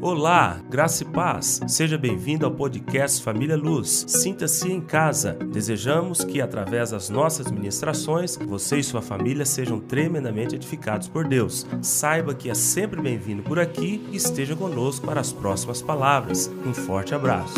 Olá, graça e paz. Seja bem-vindo ao podcast Família Luz. Sinta-se em casa. Desejamos que, através das nossas ministrações, você e sua família sejam tremendamente edificados por Deus. Saiba que é sempre bem-vindo por aqui e esteja conosco para as próximas palavras. Um forte abraço.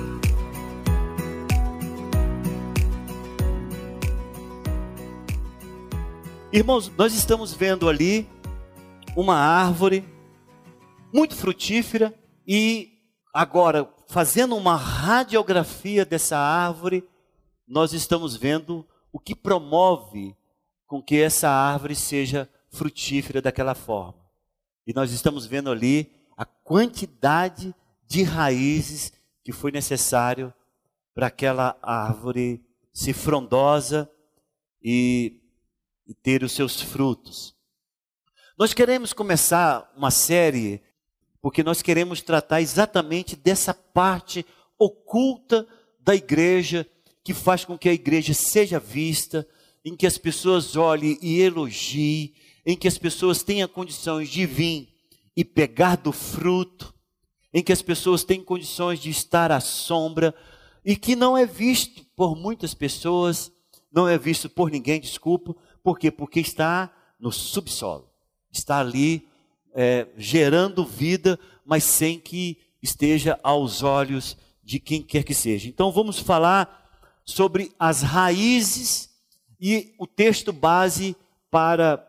Irmãos, nós estamos vendo ali uma árvore muito frutífera e agora, fazendo uma radiografia dessa árvore, nós estamos vendo o que promove com que essa árvore seja frutífera daquela forma. E nós estamos vendo ali a quantidade de raízes que foi necessário para aquela árvore ser frondosa e ter os seus frutos. Nós queremos começar uma série porque nós queremos tratar exatamente dessa parte oculta da igreja, que faz com que a igreja seja vista, em que as pessoas olhem e elogiem, em que as pessoas tenham condições de vir e pegar do fruto, em que as pessoas tenham condições de estar à sombra, e que não é visto por muitas pessoas, não é visto por ninguém, desculpa. Por quê? Porque está no subsolo, está ali gerando vida, mas sem que esteja aos olhos de quem quer que seja. Então vamos falar sobre as raízes, e o texto base para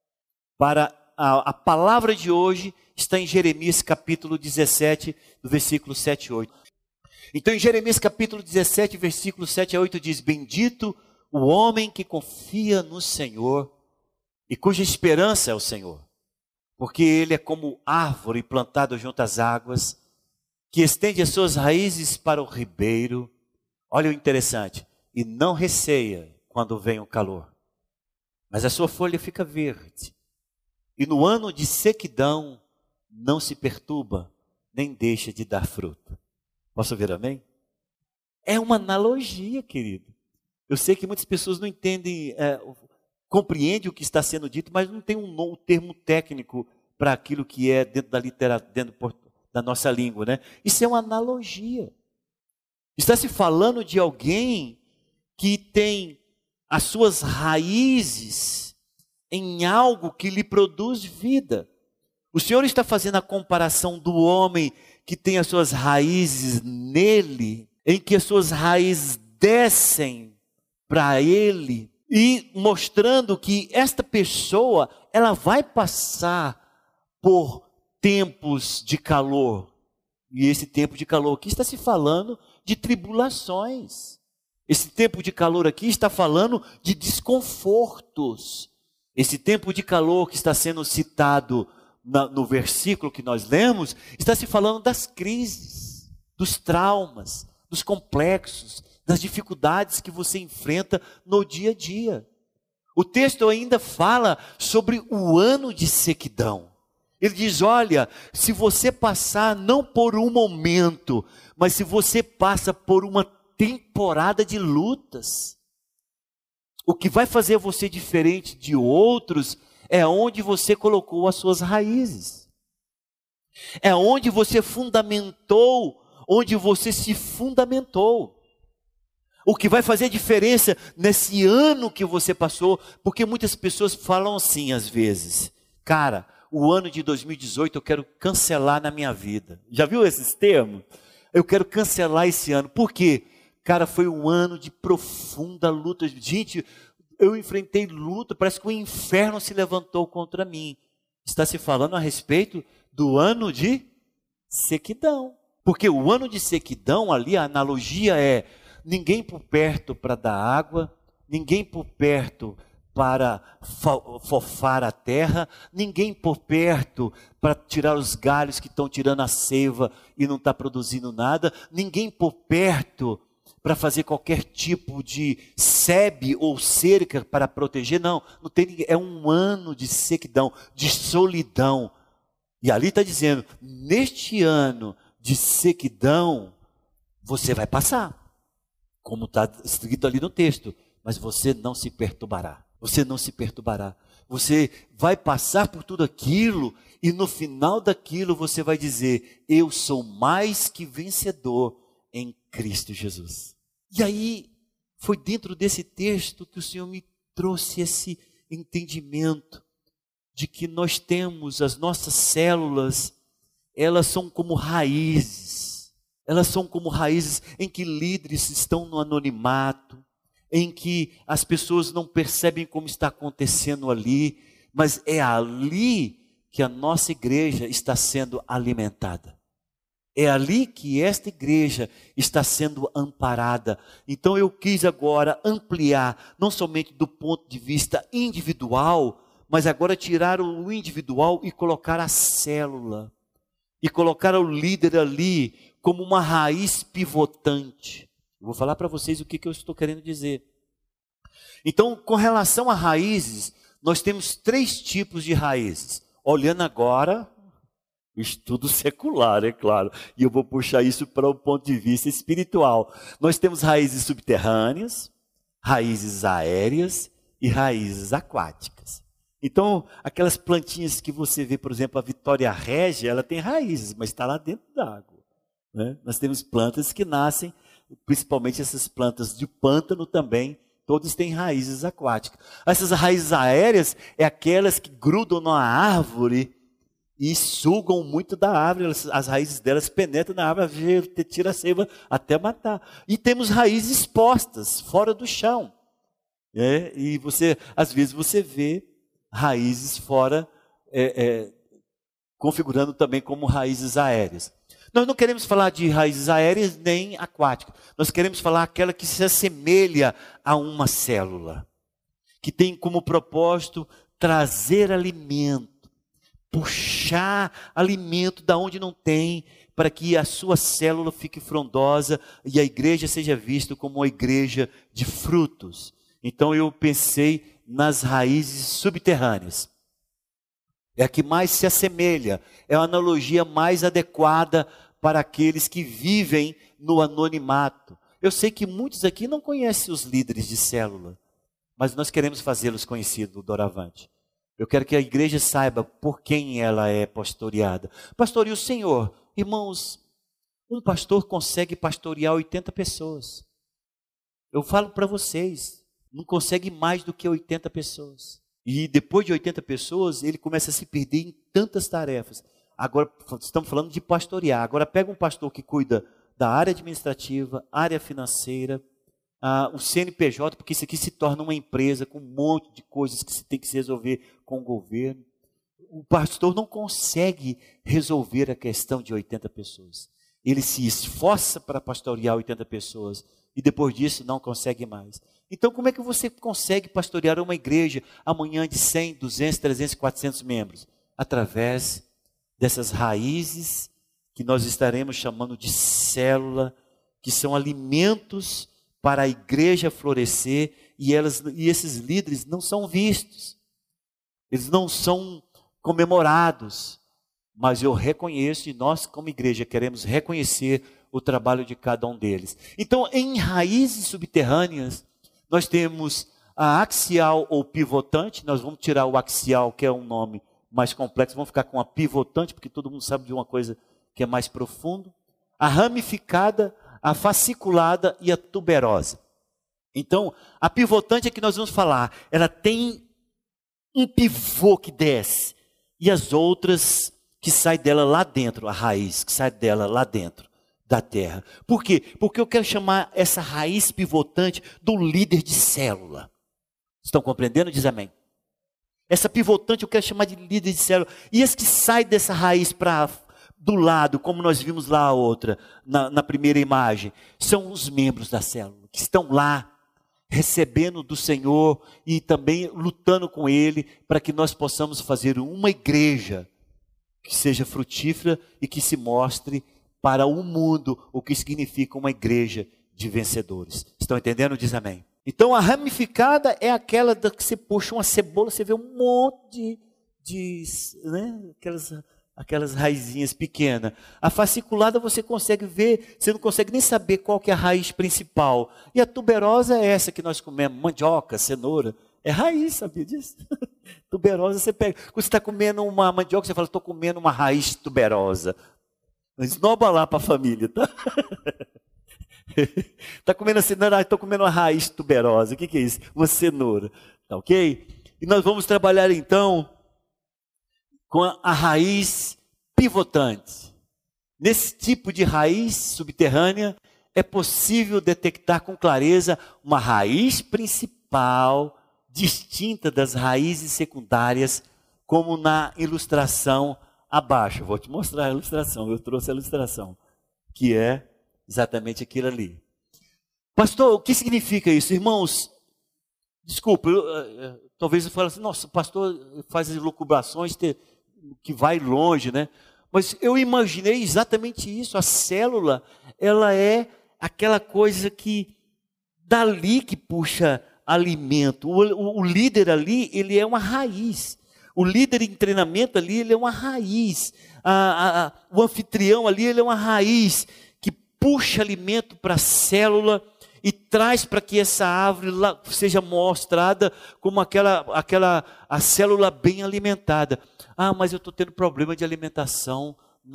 a palavra de hoje está em Jeremias capítulo 17, do versículo 7 e 8. Então em Jeremias capítulo 17, versículo 7 a 8 diz: Bendito o homem que confia no Senhor e cuja esperança é o Senhor, porque ele é como árvore plantada junto às águas, que estende as suas raízes para o ribeiro. Olha o interessante: e não receia quando vem o calor, mas a sua folha fica verde, e no ano de sequidão não se perturba, nem deixa de dar fruto. Posso ouvir amém? É uma analogia, querido. Eu sei que muitas pessoas não entendem, compreendem o que está sendo dito, mas não tem um termo técnico para aquilo que é dentro da literatura, dentro da nossa língua, né? Isso é uma analogia. Está se falando de alguém que tem as suas raízes em algo que lhe produz vida. O Senhor está fazendo a comparação do homem que tem as suas raízes nele, em que as suas raízes descem para ele, e mostrando que esta pessoa, ela vai passar por tempos de calor. E esse tempo de calor aqui está se falando de tribulações. Esse tempo de calor aqui está falando de desconfortos. Esse tempo de calor que está sendo citado no versículo que nós lemos, está se falando das crises, dos traumas, dos complexos, das dificuldades que você enfrenta no dia a dia. O texto ainda fala sobre o ano de sequidão. Ele diz: olha, se você passar não por um momento, mas se você passa por uma temporada de lutas, o que vai fazer você diferente de outros é onde você colocou as suas raízes. É onde você fundamentou, onde você se fundamentou. O que vai fazer diferença nesse ano que você passou, porque muitas pessoas falam assim às vezes: cara, o ano de 2018 eu quero cancelar na minha vida. Já viu esses termos? Eu quero cancelar esse ano. Por quê? Cara, foi um ano de profunda luta. Gente, eu enfrentei luta, parece que o inferno se levantou contra mim. Está se falando a respeito do ano de sequidão. Porque o ano de sequidão ali, a analogia é: ninguém por perto para dar água, ninguém por perto para fofar a terra, ninguém por perto para tirar os galhos que estão tirando a seiva e não está produzindo nada, ninguém por perto para fazer qualquer tipo de sebe ou cerca para proteger. Não tem ninguém. É um ano de sequidão, de solidão. E ali está dizendo: neste ano de sequidão, você vai passar, como está escrito ali no texto, mas você não se perturbará. Você não se perturbará. Você vai passar por tudo aquilo e no final daquilo você vai dizer: eu sou mais que vencedor em Cristo Jesus. E aí foi dentro desse texto que o Senhor me trouxe esse entendimento de que nós temos as nossas células, elas são como raízes. Elas são como raízes em que líderes estão no anonimato, em que as pessoas não percebem como está acontecendo ali, mas é ali que a nossa igreja está sendo alimentada. É ali que esta igreja está sendo amparada. Então eu quis agora ampliar, não somente do ponto de vista individual, mas agora tirar o individual e colocar a célula. E colocar o líder ali como uma raiz pivotante. Eu vou falar para vocês o que eu estou querendo dizer. Então, com relação a raízes, nós temos 3 tipos de raízes. Olhando agora, o estudo secular, é claro. E eu vou puxar isso para o ponto de vista espiritual. Nós temos raízes subterrâneas, raízes aéreas e raízes aquáticas. Então, aquelas plantinhas que você vê, por exemplo, a Vitória Régia, ela tem raízes, mas está lá dentro da água. Né? Nós temos plantas que nascem, principalmente essas plantas de pântano também, todas têm raízes aquáticas. Essas raízes aéreas é aquelas que grudam na árvore e sugam muito da árvore, as raízes delas penetram na árvore, tira a seiva até matar. E temos raízes expostas, fora do chão. E às vezes você vê raízes fora, configurando também como raízes aéreas. Nós não queremos falar de raízes aéreas nem aquáticas. Nós queremos falar aquela que se assemelha a uma célula, que tem como propósito trazer alimento, puxar alimento da onde não tem, para que a sua célula fique frondosa e a igreja seja vista como uma igreja de frutos. Então eu pensei nas raízes subterrâneas. É a que mais se assemelha, é a analogia mais adequada para aqueles que vivem no anonimato. Eu sei que muitos aqui não conhecem os líderes de célula, mas nós queremos fazê-los conhecidos doravante. Eu quero que a igreja saiba por quem ela é pastoreada. Pastoreia o Senhor. Irmãos, um pastor consegue pastorear 80 pessoas. Eu falo para vocês, não consegue mais do que 80 pessoas. E depois de 80 pessoas, ele começa a se perder em tantas tarefas. Agora, estamos falando de pastorear. Agora, pega um pastor que cuida da área administrativa, área financeira, o CNPJ, porque isso aqui se torna uma empresa com um monte de coisas que se tem que se resolver com o governo. O pastor não consegue resolver a questão de 80 pessoas. Ele se esforça para pastorear 80 pessoas e depois disso não consegue mais. Então, como é que você consegue pastorear uma igreja amanhã de 100, 200, 300, 400 membros? Através dessas raízes que nós estaremos chamando de célula, que são alimentos para a igreja florescer, e esses líderes não são vistos, eles não são comemorados, mas eu reconheço, e nós como igreja queremos reconhecer o trabalho de cada um deles. Então, em raízes subterrâneas, nós temos a axial ou pivotante. Nós vamos tirar o axial, que é um nome mais complexo, vamos ficar com a pivotante, porque todo mundo sabe de uma coisa que é mais profundo. A ramificada, a fasciculada e a tuberosa. Então, a pivotante é que nós vamos falar, ela tem um pivô que desce, e as outras que saem dela lá dentro, a raiz que sai dela lá dentro da terra. Por quê? Porque eu quero chamar essa raiz pivotante do líder de célula. Estão compreendendo? Diz amém. Essa pivotante eu quero chamar de líder de célula. E as que saem dessa raiz para do lado, como nós vimos lá a outra, na primeira imagem, são os membros da célula, que estão lá, recebendo do Senhor e também lutando com Ele, para que nós possamos fazer uma igreja que seja frutífera e que se mostre para o mundo o que significa uma igreja de vencedores. Estão entendendo? Diz amém. Então a ramificada é aquela que você puxa uma cebola, você vê um monte aquelas raizinhas pequenas. A fasciculada você consegue ver, você não consegue nem saber qual que é a raiz principal. E a tuberosa é essa que nós comemos, mandioca, cenoura. É raiz, sabia disso? Tuberosa você pega. Quando você está comendo uma mandioca, você fala, estou comendo uma raiz tuberosa. Esnoba lá para a família, tá? Está comendo cenoura, estou comendo uma raiz tuberosa. O que é isso? Uma cenoura, tá ok? E nós vamos trabalhar então com a raiz pivotante. Nesse tipo de raiz subterrânea, é possível detectar com clareza uma raiz principal, distinta das raízes secundárias, como na ilustração abaixo. Vou te mostrar a ilustração, eu trouxe a ilustração, que é exatamente aquilo ali. Pastor, o que significa isso? Irmãos, desculpa, talvez eu fale assim, nossa, o pastor faz as elucubrações que vai longe, né? Mas eu imaginei exatamente isso. A célula, ela é aquela coisa que dali que puxa alimento. O líder ali, ele é uma raiz. O líder em treinamento ali, ele é uma raiz. O anfitrião ali, ele é uma raiz que puxa alimento para a célula e traz para que essa árvore seja mostrada como a célula bem alimentada. Ah, mas eu estou tendo problema de alimentação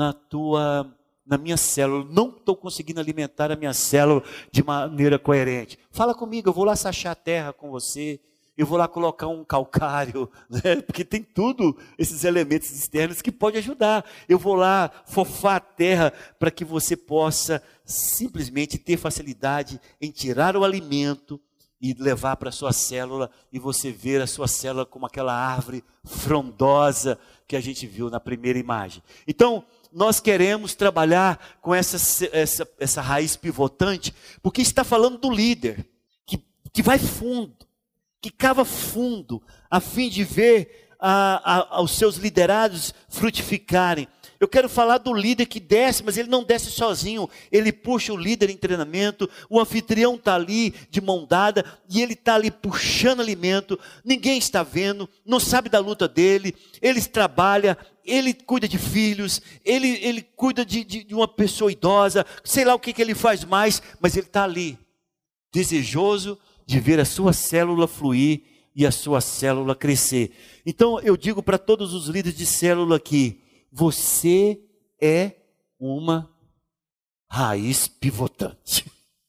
na minha célula. Não estou conseguindo alimentar a minha célula de maneira coerente. Fala comigo, eu vou lá sachar a terra com você. Eu vou lá colocar um calcário, né? Porque tem tudo esses elementos externos que pode ajudar. Eu vou lá fofar a terra para que você possa simplesmente ter facilidade em tirar o alimento e levar para a sua célula, e você ver a sua célula como aquela árvore frondosa que a gente viu na primeira imagem. Então, nós queremos trabalhar com essa raiz pivotante, porque está falando do líder, que vai fundo, que cava fundo, a fim de ver os seus liderados frutificarem. Eu quero falar do líder que desce, mas ele não desce sozinho, ele puxa o líder em treinamento, o anfitrião está ali de mão dada, e ele está ali puxando alimento, ninguém está vendo, não sabe da luta dele, ele trabalha, ele cuida de filhos, ele cuida de uma pessoa idosa, sei lá o que ele faz mais, mas ele está ali, desejoso de ver a sua célula fluir e a sua célula crescer. Então eu digo para todos os líderes de célula aqui, você é uma raiz pivotante.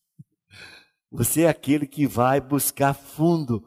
Você é aquele que vai buscar fundo.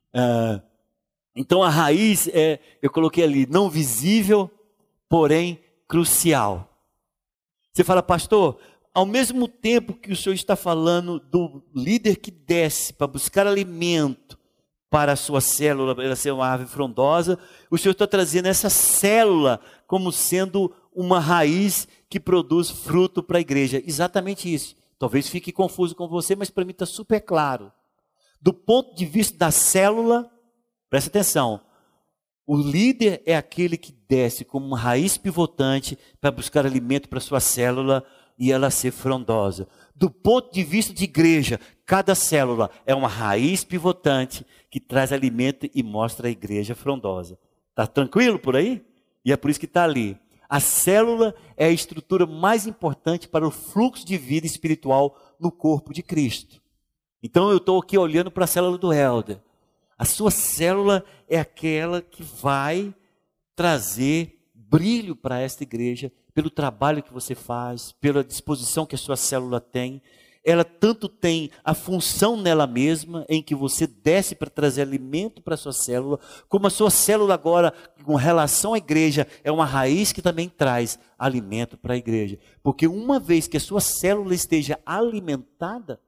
Então a raiz eu coloquei ali, não visível, porém crucial. Você fala, pastor, ao mesmo tempo que o senhor está falando do líder que desce para buscar alimento para a sua célula, para ela ser uma árvore frondosa, o senhor está trazendo essa célula como sendo uma raiz que produz fruto para a igreja. Exatamente isso. Talvez fique confuso com você, mas para mim está super claro. Do ponto de vista da célula, presta atenção, o líder é aquele que desce como uma raiz pivotante para buscar alimento para a sua célula e ela ser frondosa. Do ponto de vista de igreja, cada célula é uma raiz pivotante que traz alimento e mostra a igreja frondosa. Está tranquilo por aí? E é por isso que está ali. A célula é a estrutura mais importante para o fluxo de vida espiritual no corpo de Cristo. Então eu estou aqui olhando para a célula do Helder. A sua célula é aquela que vai trazer brilho para esta igreja, pelo trabalho que você faz, pela disposição que a sua célula tem. Ela tanto tem a função nela mesma, em que você desce para trazer alimento para a sua célula, como a sua célula agora, com relação à igreja, é uma raiz que também traz alimento para a igreja. Porque uma vez que a sua célula esteja alimentada,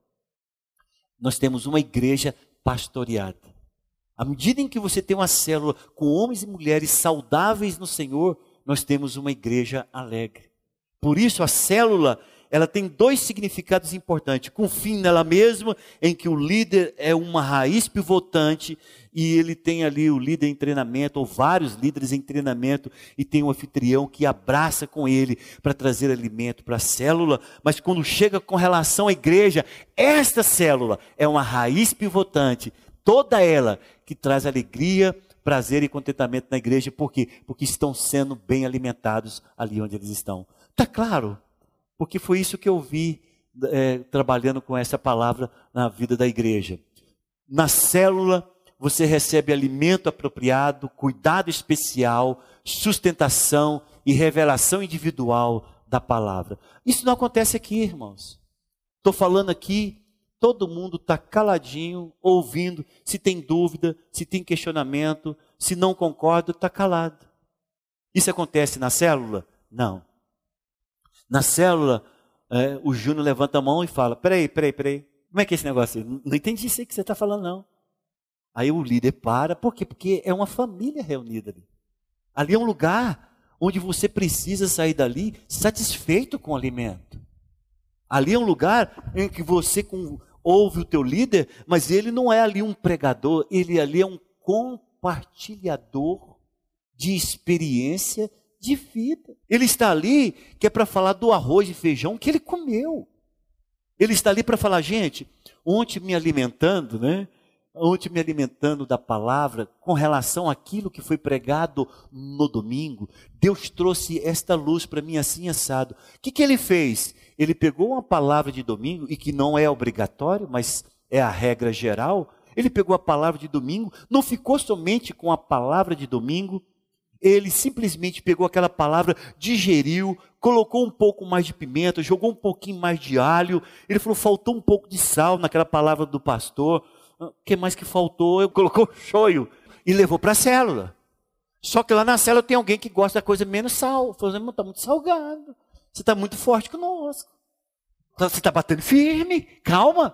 nós temos uma igreja pastoreada. À medida em que você tem uma célula com homens e mulheres saudáveis no Senhor, nós temos uma igreja alegre. Por isso a célula, ela tem dois significados importantes. Com fim nela mesma, em que o líder é uma raiz pivotante, e ele tem ali o líder em treinamento, ou vários líderes em treinamento, e tem um anfitrião que abraça com ele para trazer alimento para a célula. Mas quando chega com relação à igreja, esta célula é uma raiz pivotante, toda ela que traz alegria, prazer e contentamento na igreja. Por quê? Porque estão sendo bem alimentados ali onde eles estão. Está claro? Porque foi isso que eu vi trabalhando com essa palavra na vida da igreja. Na célula, você recebe alimento apropriado, cuidado especial, sustentação e revelação individual da palavra. Isso não acontece aqui, irmãos. Estou falando aqui, todo mundo está caladinho, ouvindo. Se tem dúvida, se tem questionamento, se não concorda, está calado. Isso acontece na célula? Não. Na célula, o Júnior levanta a mão e fala, peraí. Como é que é esse negócio? Não entendi isso aí que você está falando, não. Aí o líder para. Por quê? Porque é uma família reunida ali. Ali é um lugar onde você precisa sair dali satisfeito com o alimento. Ali é um lugar em que você ouve o teu líder, mas ele não é ali um pregador, ele ali é um compartilhador de experiência de vida. Ele está ali que é para falar do arroz e feijão que ele comeu. Ele está ali para falar, gente, ontem me alimentando, Ontem me alimentando da palavra com relação àquilo que foi pregado no domingo. Deus trouxe esta luz para mim assim assado. O que ele fez? Ele pegou uma palavra de domingo, e que não é obrigatório, mas é a regra geral. Ele pegou a palavra de domingo, não ficou somente com a palavra de domingo, ele simplesmente pegou aquela palavra, digeriu, colocou um pouco mais de pimenta, jogou um pouquinho mais de alho. Ele falou, faltou um pouco de sal naquela palavra do pastor. O que mais que faltou? Ele colocou shoyu e levou para a célula. Só que lá na célula tem alguém que gosta da coisa menos sal. Falou, irmão, está muito salgado. Você está muito forte conosco. Você está batendo firme. Calma.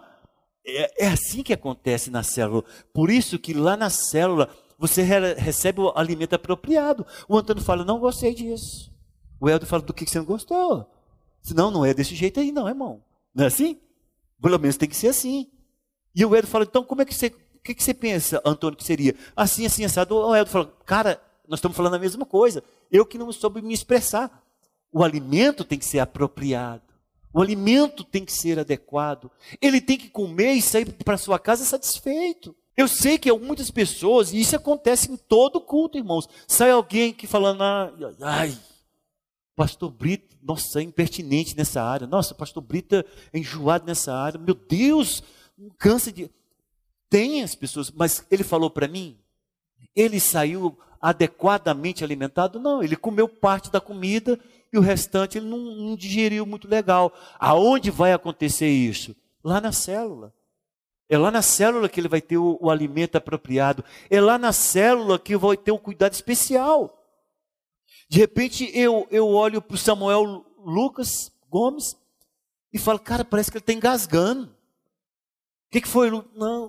É assim que acontece na célula. Por isso que lá na célula você recebe o alimento apropriado. O Antônio fala, não gostei disso. O Helder fala, do que você não gostou? Senão não é desse jeito aí não, irmão. Não é assim? Pelo menos tem que ser assim. E o Helder fala, então como é que você, o que você pensa, Antônio, que seria? Assim, assado. O Helder fala, cara, nós estamos falando a mesma coisa. Eu que não soube me expressar. O alimento tem que ser apropriado. O alimento tem que ser adequado. Ele tem que comer e sair para sua casa satisfeito. Eu sei que muitas pessoas, e isso acontece em todo culto, irmãos. Sai alguém que falando, ai, pastor Brito, nossa, é impertinente nessa área. Nossa, pastor Brito é enjoado nessa área. Meu Deus, cansa de... Tem as pessoas, mas ele falou para mim, ele saiu adequadamente alimentado? Não, ele comeu parte da comida e o restante ele não digeriu muito legal. Aonde vai acontecer isso? Lá na célula. É lá na célula que ele vai ter o alimento apropriado. É lá na célula que vai ter um cuidado especial. De repente eu olho para o Samuel Lucas Gomes e falo, cara, parece que ele está engasgando. O que foi? Não.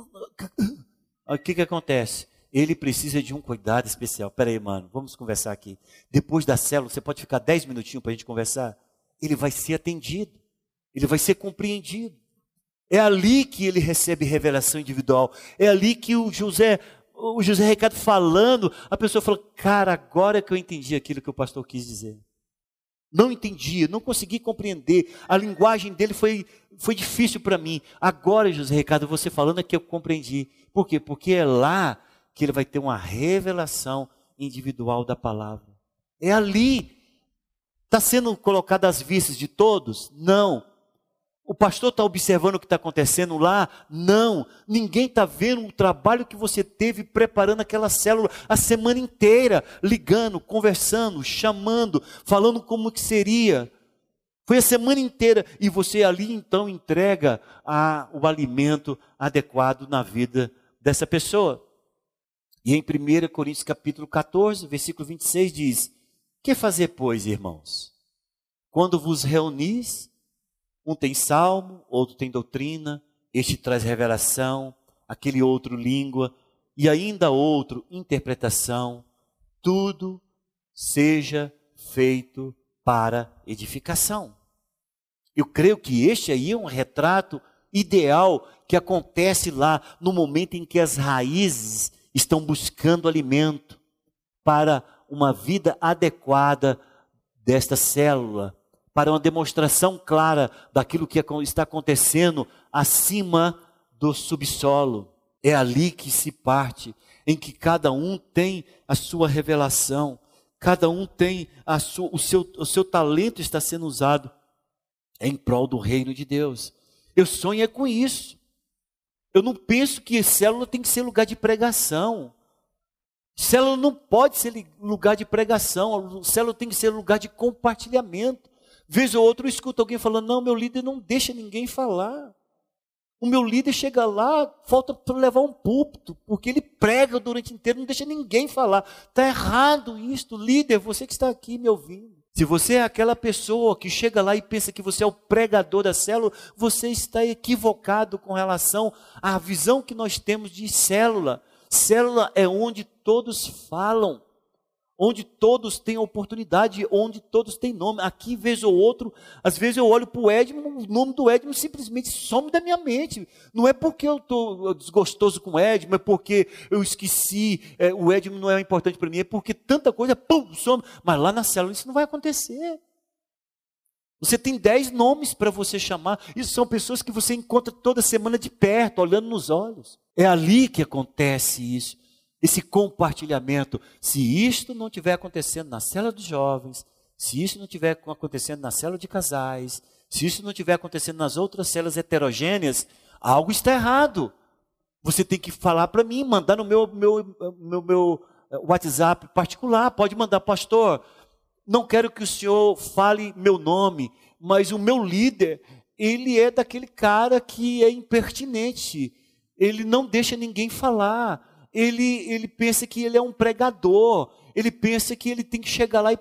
O que acontece? Ele precisa de um cuidado especial. Espera aí, mano, vamos conversar aqui. Depois da célula, você pode ficar 10 minutinhos para a gente conversar? Ele vai ser atendido. Ele vai ser compreendido. É ali que ele recebe revelação individual. É ali que o José Ricardo falando, a pessoa fala, cara, agora que eu entendi aquilo que o pastor quis dizer. Não entendia, não consegui compreender. A linguagem dele foi difícil para mim. Agora, José Ricardo, você falando é que eu compreendi. Por quê? Porque é lá que ele vai ter uma revelação individual da palavra. É ali. Está sendo colocado às vistas de todos? Não. O pastor está observando o que está acontecendo lá? Não. Ninguém está vendo o trabalho que você teve preparando aquela célula a semana inteira, ligando, conversando, chamando, falando como que seria. Foi a semana inteira e você ali então entrega o alimento adequado na vida dessa pessoa. E em 1 Coríntios capítulo 14, versículo 26 diz, que fazer, pois, irmãos? Quando vos reunis, um tem salmo, outro tem doutrina, este traz revelação, aquele outro língua, e ainda outro interpretação. Tudo seja feito para edificação. Eu creio que este aí é um retrato ideal que acontece lá no momento em que as raízes estão buscando alimento para uma vida adequada desta célula, para uma demonstração clara daquilo que está acontecendo acima do subsolo. É ali que se parte, em que cada um tem a sua revelação, cada um tem o seu talento está sendo usado em prol do reino de Deus. Eu sonho com isso. Eu não penso que célula tem que ser lugar de pregação. Célula não pode ser lugar de pregação. Célula tem que ser lugar de compartilhamento. Vez ou outra eu escuto alguém falando, não, meu líder não deixa ninguém falar. O meu líder chega lá, falta para levar um púlpito, porque ele prega durante o inteiro, não deixa ninguém falar. Está errado isso, líder, você que está aqui me ouvindo. Se você é aquela pessoa que chega lá e pensa que você é o pregador da célula, você está equivocado com relação à visão que nós temos de célula. Célula é onde todos falam, onde todos têm oportunidade, onde todos têm nome. Aqui, vez ou outro, às vezes eu olho para o Edmo, o nome do Edmo simplesmente some da minha mente. Não é porque eu estou desgostoso com o Edmo, é porque eu esqueci, o Edmo não é importante para mim, é porque tanta coisa, pum, some. Mas lá na célula isso não vai acontecer. Você tem 10 nomes para você chamar. Isso são pessoas que você encontra toda semana de perto, olhando nos olhos. É ali que acontece isso. Esse compartilhamento. Se isto não estiver acontecendo na célula de jovens, se isso não estiver acontecendo na célula de casais, se isso não estiver acontecendo nas outras células heterogêneas, algo está errado. Você tem que falar para mim, mandar no meu WhatsApp particular. Pode mandar, pastor, não quero que o senhor fale meu nome, mas o meu líder, ele é daquele cara que é impertinente. Ele não deixa ninguém falar. Ele pensa que ele é um pregador. Ele pensa que ele tem que chegar lá e...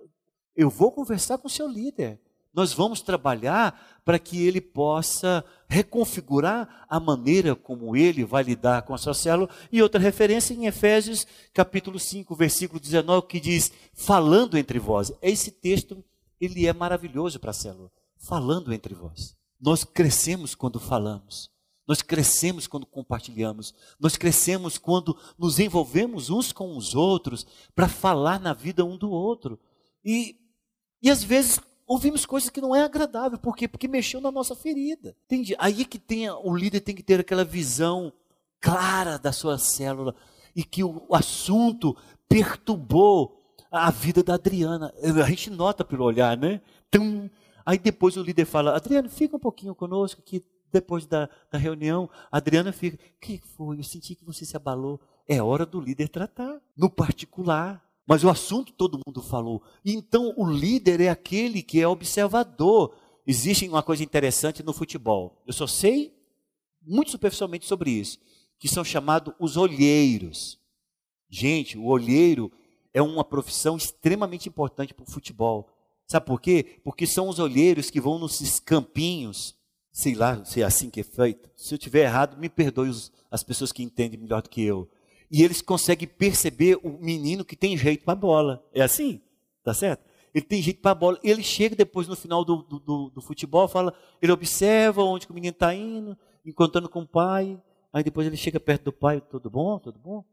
Eu vou conversar com o seu líder. Nós vamos trabalhar para que ele possa reconfigurar a maneira como ele vai lidar com a sua célula. E outra referência em Efésios, capítulo 5, versículo 19, que diz, falando entre vós. Esse texto, ele é maravilhoso para a célula. Falando entre vós. Nós crescemos quando falamos. Nós crescemos quando compartilhamos. Nós crescemos quando nos envolvemos uns com os outros para falar na vida um do outro. E às vezes ouvimos coisas que não é agradável. Por quê? Porque mexeu na nossa ferida. Entende? Aí que o líder tem que ter aquela visão clara da sua célula e que o assunto perturbou a vida da Adriana. A gente nota pelo olhar, né? Então, aí depois o líder fala, Adriana, fica um pouquinho conosco aqui. Depois da reunião, a Adriana fica, o que foi? Eu senti que você se abalou. É hora do líder tratar, no particular. Mas o assunto todo mundo falou. Então, o líder é aquele que é observador. Existe uma coisa interessante no futebol. Eu só sei muito superficialmente sobre isso. Que são chamados os olheiros. Gente, o olheiro é uma profissão extremamente importante para o futebol. Sabe por quê? Porque são os olheiros que vão nesses campinhos. Sei lá se é assim que é feito. Se eu estiver errado, me perdoe as pessoas que entendem melhor do que eu. E eles conseguem perceber o menino que tem jeito para a bola. É assim? Tá certo? Ele tem jeito para a bola. Ele chega depois no final do futebol, ele observa onde que o menino está indo, encontrando com o pai. Aí depois ele chega perto do pai, tudo bom? Tudo bom?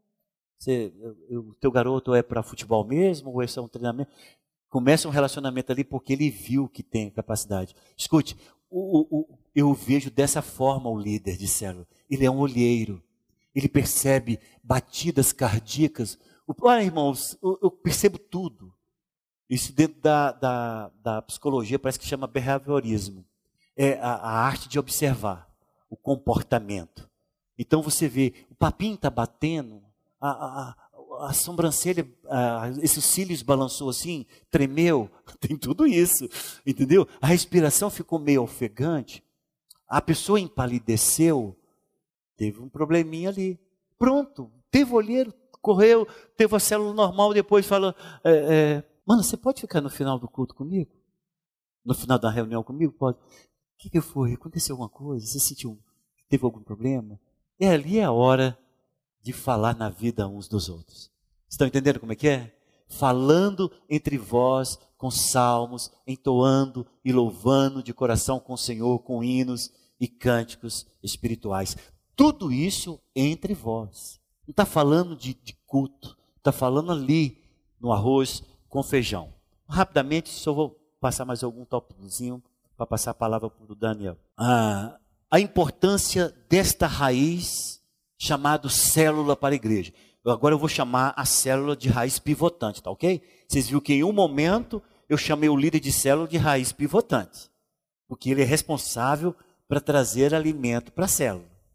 O teu garoto é para futebol mesmo? Ou é só um treinamento? Começa um relacionamento ali porque ele viu que tem capacidade. Escute, eu vejo dessa forma o líder de célula. Ele é um olheiro. Ele percebe batidas cardíacas. Olha, irmãos, eu percebo tudo. Isso dentro da psicologia parece que chama behaviorismo. É a arte de observar o comportamento. Então você vê, o papinho está batendo, a sobrancelha, esses cílios balançou assim, tremeu, tem tudo isso, entendeu? A respiração ficou meio ofegante, a pessoa empalideceu, teve um probleminha ali. Pronto, teve olheiro, correu, teve a célula normal, depois falou, mano, você pode ficar no final do culto comigo? No final da reunião comigo? Pode. O que foi? Aconteceu alguma coisa? Você sentiu, teve algum problema? Ali é a hora de falar na vida uns dos outros. Estão entendendo como é que é? Falando entre vós com salmos, entoando e louvando de coração com o Senhor, com hinos e cânticos espirituais. Tudo isso entre vós. Não está falando de culto, está falando ali no arroz com feijão. Rapidamente, só vou passar mais algum tópicozinho para passar a palavra para o Daniel. A importância desta raiz chamado célula para a igreja. Agora eu vou chamar a célula de raiz pivotante, tá ok? Vocês viram que em um momento eu chamei o líder de célula de raiz pivotante, porque ele é responsável para trazer alimento para a célula.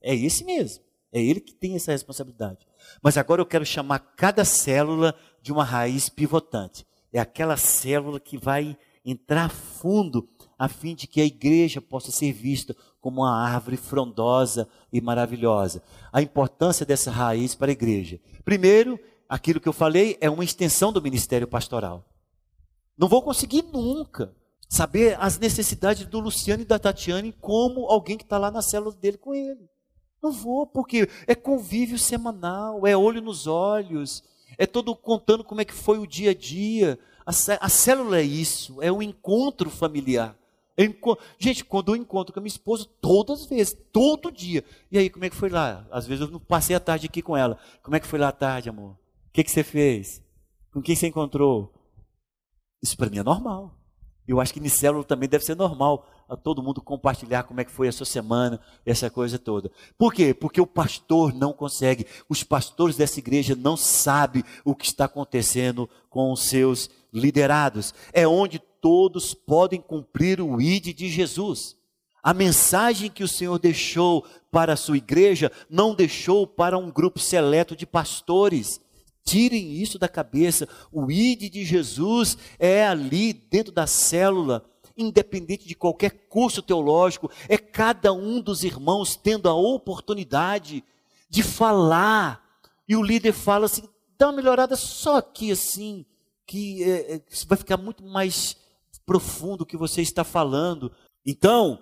É esse mesmo. É ele que tem essa responsabilidade. Mas agora eu quero chamar cada célula de uma raiz pivotante. É aquela célula que vai entrar fundo a fim de que a igreja possa ser vista como uma árvore frondosa e maravilhosa. A importância dessa raiz para a igreja. Primeiro, aquilo que eu falei é uma extensão do ministério pastoral. Não vou conseguir nunca saber as necessidades do Luciano e da Tatiane como alguém que está lá na célula dele com ele. Não vou, porque é convívio semanal, é olho nos olhos, é todo contando como é que foi o dia a dia. A célula é isso, é um encontro familiar. Gente, quando eu encontro com a minha esposa, todas as vezes, todo dia. E aí, como é que foi lá? Às vezes eu não passei a tarde aqui com ela. Como é que foi lá à tarde, amor? O que você fez? Com quem você encontrou? Isso para mim é normal. Eu acho que em célula também deve ser normal a todo mundo compartilhar como é que foi a sua semana, essa coisa toda. Por quê? Porque o pastor não consegue, os pastores dessa igreja não sabem o que está acontecendo com os seus liderados. É onde todos podem cumprir o ID de Jesus. A mensagem que o Senhor deixou para a sua igreja, não deixou para um grupo seleto de pastores. Tirem isso da cabeça. O ID de Jesus é ali dentro da célula, independente de qualquer curso teológico, é cada um dos irmãos tendo a oportunidade de falar. E o líder fala assim, dá uma melhorada só aqui assim, que vai ficar muito mais profundo o que você está falando. Então,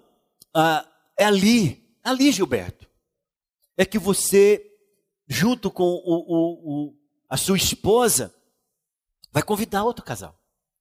é ali, Gilberto, é que você, junto com a sua esposa, vai convidar outro casal.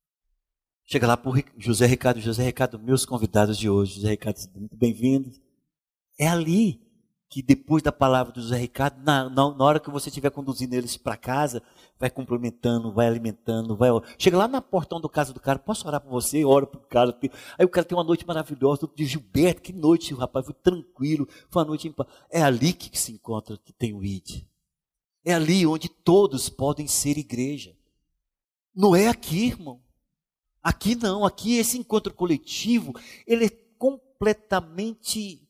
Chega lá para José Ricardo, meus convidados de hoje, José Ricardo, muito bem-vindos. É ali que depois da palavra do José Ricardo, na hora que você estiver conduzindo eles para casa, vai complementando, vai alimentando, chega lá na portão do casa do cara, posso orar por você? Ora para o cara. Aí o cara tem uma noite maravilhosa, diz, Gilberto, que noite, rapaz, foi tranquilo, foi uma noite em paz. É ali que se encontra, que tem o ID. É ali onde todos podem ser igreja. Não é aqui, irmão. Aqui não, aqui esse encontro coletivo, ele é completamente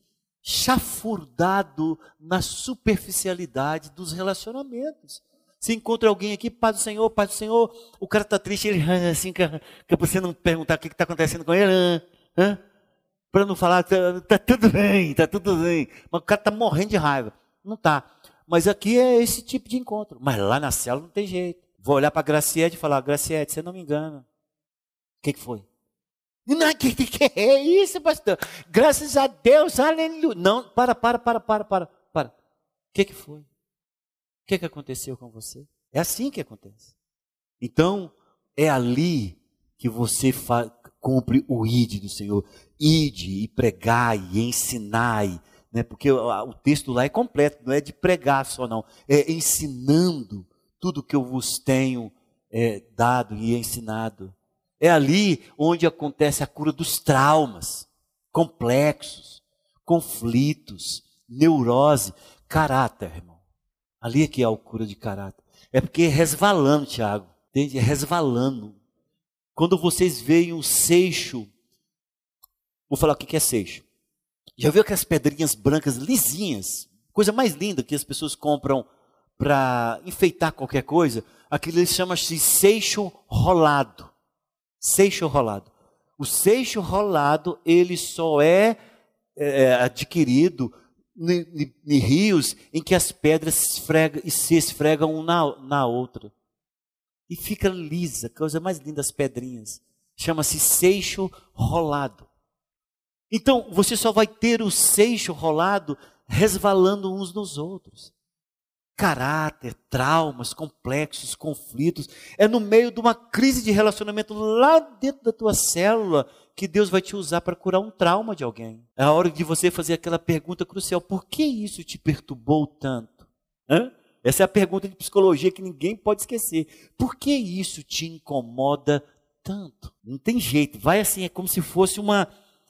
chafurdado na superficialidade dos relacionamentos. Se encontra alguém aqui, Pai do Senhor, o cara está triste, ele assim, que você não perguntar o que está acontecendo com ele, para não falar, tá tudo bem, mas o cara está morrendo de raiva. Não está. Mas aqui é esse tipo de encontro. Mas lá na célula não tem jeito. Vou olhar para a Graciete e falar, Graciete, você não me engana. O que foi? Não, que é isso, pastor? Graças a Deus, aleluia. Não, para. O que foi? O que aconteceu com você? É assim que acontece. Então, é ali que você cumpre o ID do Senhor. Ide e pregai e ensinai. Né? Porque o texto lá é completo, não é de pregar só não. É ensinando tudo que eu vos tenho dado e ensinado. É ali onde acontece a cura dos traumas, complexos, conflitos, neurose, caráter, irmão. Ali é que é a cura de caráter. É porque é resvalando, Tiago, entende? É resvalando. Quando vocês veem um seixo, vou falar o que é seixo. Já viu aquelas pedrinhas brancas lisinhas? Coisa mais linda que as pessoas compram para enfeitar qualquer coisa. Aquilo chama-se seixo rolado. Seixo rolado. O seixo rolado, ele só é adquirido em rios em que as pedras se esfregam uma na outra. E fica lisa, coisa mais linda, as pedrinhas. Chama-se seixo rolado. Então, você só vai ter o seixo rolado resvalando uns nos outros. Caráter, traumas, complexos, conflitos. É no meio de uma crise de relacionamento lá dentro da tua célula que Deus vai te usar para curar um trauma de alguém. É a hora de você fazer aquela pergunta crucial. Por que isso te perturbou tanto? Essa é a pergunta de psicologia que ninguém pode esquecer. Por que isso te incomoda tanto? Não tem jeito. Vai assim, é como se fosse uma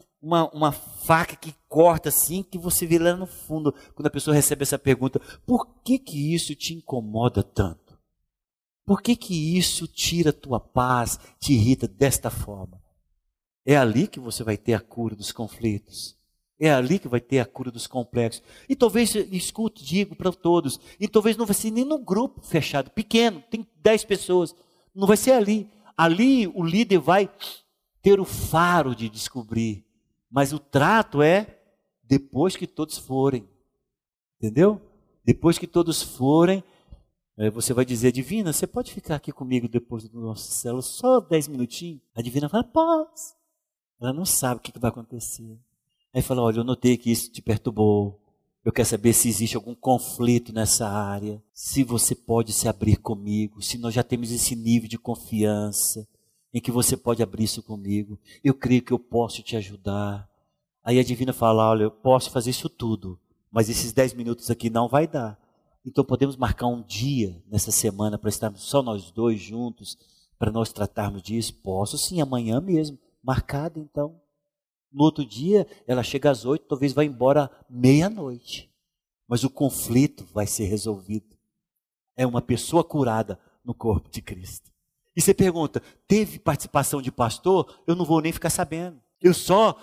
faca que corta assim, que você vê lá no fundo, quando a pessoa recebe essa pergunta, por que isso te incomoda tanto? Por que isso tira a tua paz, te irrita desta forma? É ali que você vai ter a cura dos conflitos. É ali que vai ter a cura dos complexos. E talvez, escute, digo para todos, e talvez não vai ser nem num grupo fechado, pequeno, tem 10 pessoas. Não vai ser ali. Ali o líder vai ter o faro de descobrir. Mas o trato é depois que todos forem. Entendeu? Depois que todos forem, você vai dizer, Divina, você pode ficar aqui comigo depois do nosso célula só 10 minutinhos? A Divina fala, posso. Ela não sabe o que vai acontecer. Aí fala, olha, eu notei que isso te perturbou. Eu quero saber se existe algum conflito nessa área. Se você pode se abrir comigo. Se nós já temos esse nível de confiança em que você pode abrir isso comigo. Eu creio que eu posso te ajudar. Aí a Divina fala, olha, eu posso fazer isso tudo. Mas esses 10 minutos aqui não vai dar. Então podemos marcar um dia nessa semana para estarmos só nós dois juntos. Para nós tratarmos disso. Posso sim, amanhã mesmo. Marcado então. No outro dia, ela chega às 8, talvez vá embora meia-noite. Mas o conflito vai ser resolvido. É uma pessoa curada no corpo de Cristo. E você pergunta, teve participação de pastor? Eu não vou nem ficar sabendo. Eu só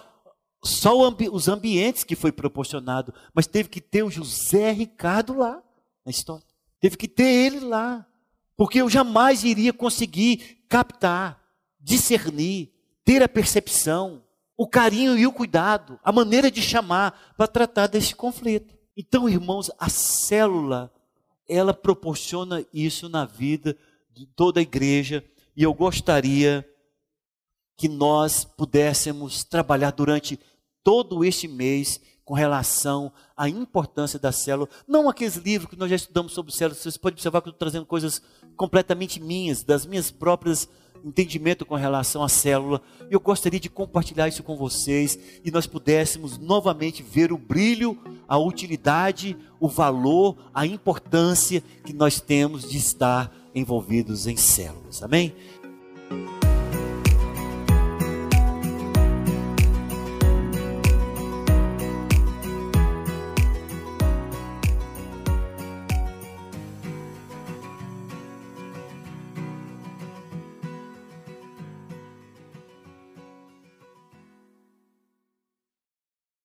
os ambientes que foi proporcionado. Mas teve que ter o José Ricardo lá na história. Teve que ter ele lá. Porque eu jamais iria conseguir captar, discernir, ter a percepção, o carinho e o cuidado, a maneira de chamar para tratar desse conflito. Então, irmãos, a célula, ela proporciona isso na vida de toda a igreja. E eu gostaria que nós pudéssemos trabalhar durante todo este mês com relação à importância da célula. Não aqueles livros que nós já estudamos sobre célula. Vocês podem observar que eu estou trazendo coisas completamente minhas, das minhas próprias entendimento com relação à célula. Eu gostaria de compartilhar isso com vocês e nós pudéssemos novamente ver o brilho, a utilidade, o valor, a importância que nós temos de estar envolvidos em células. Amém?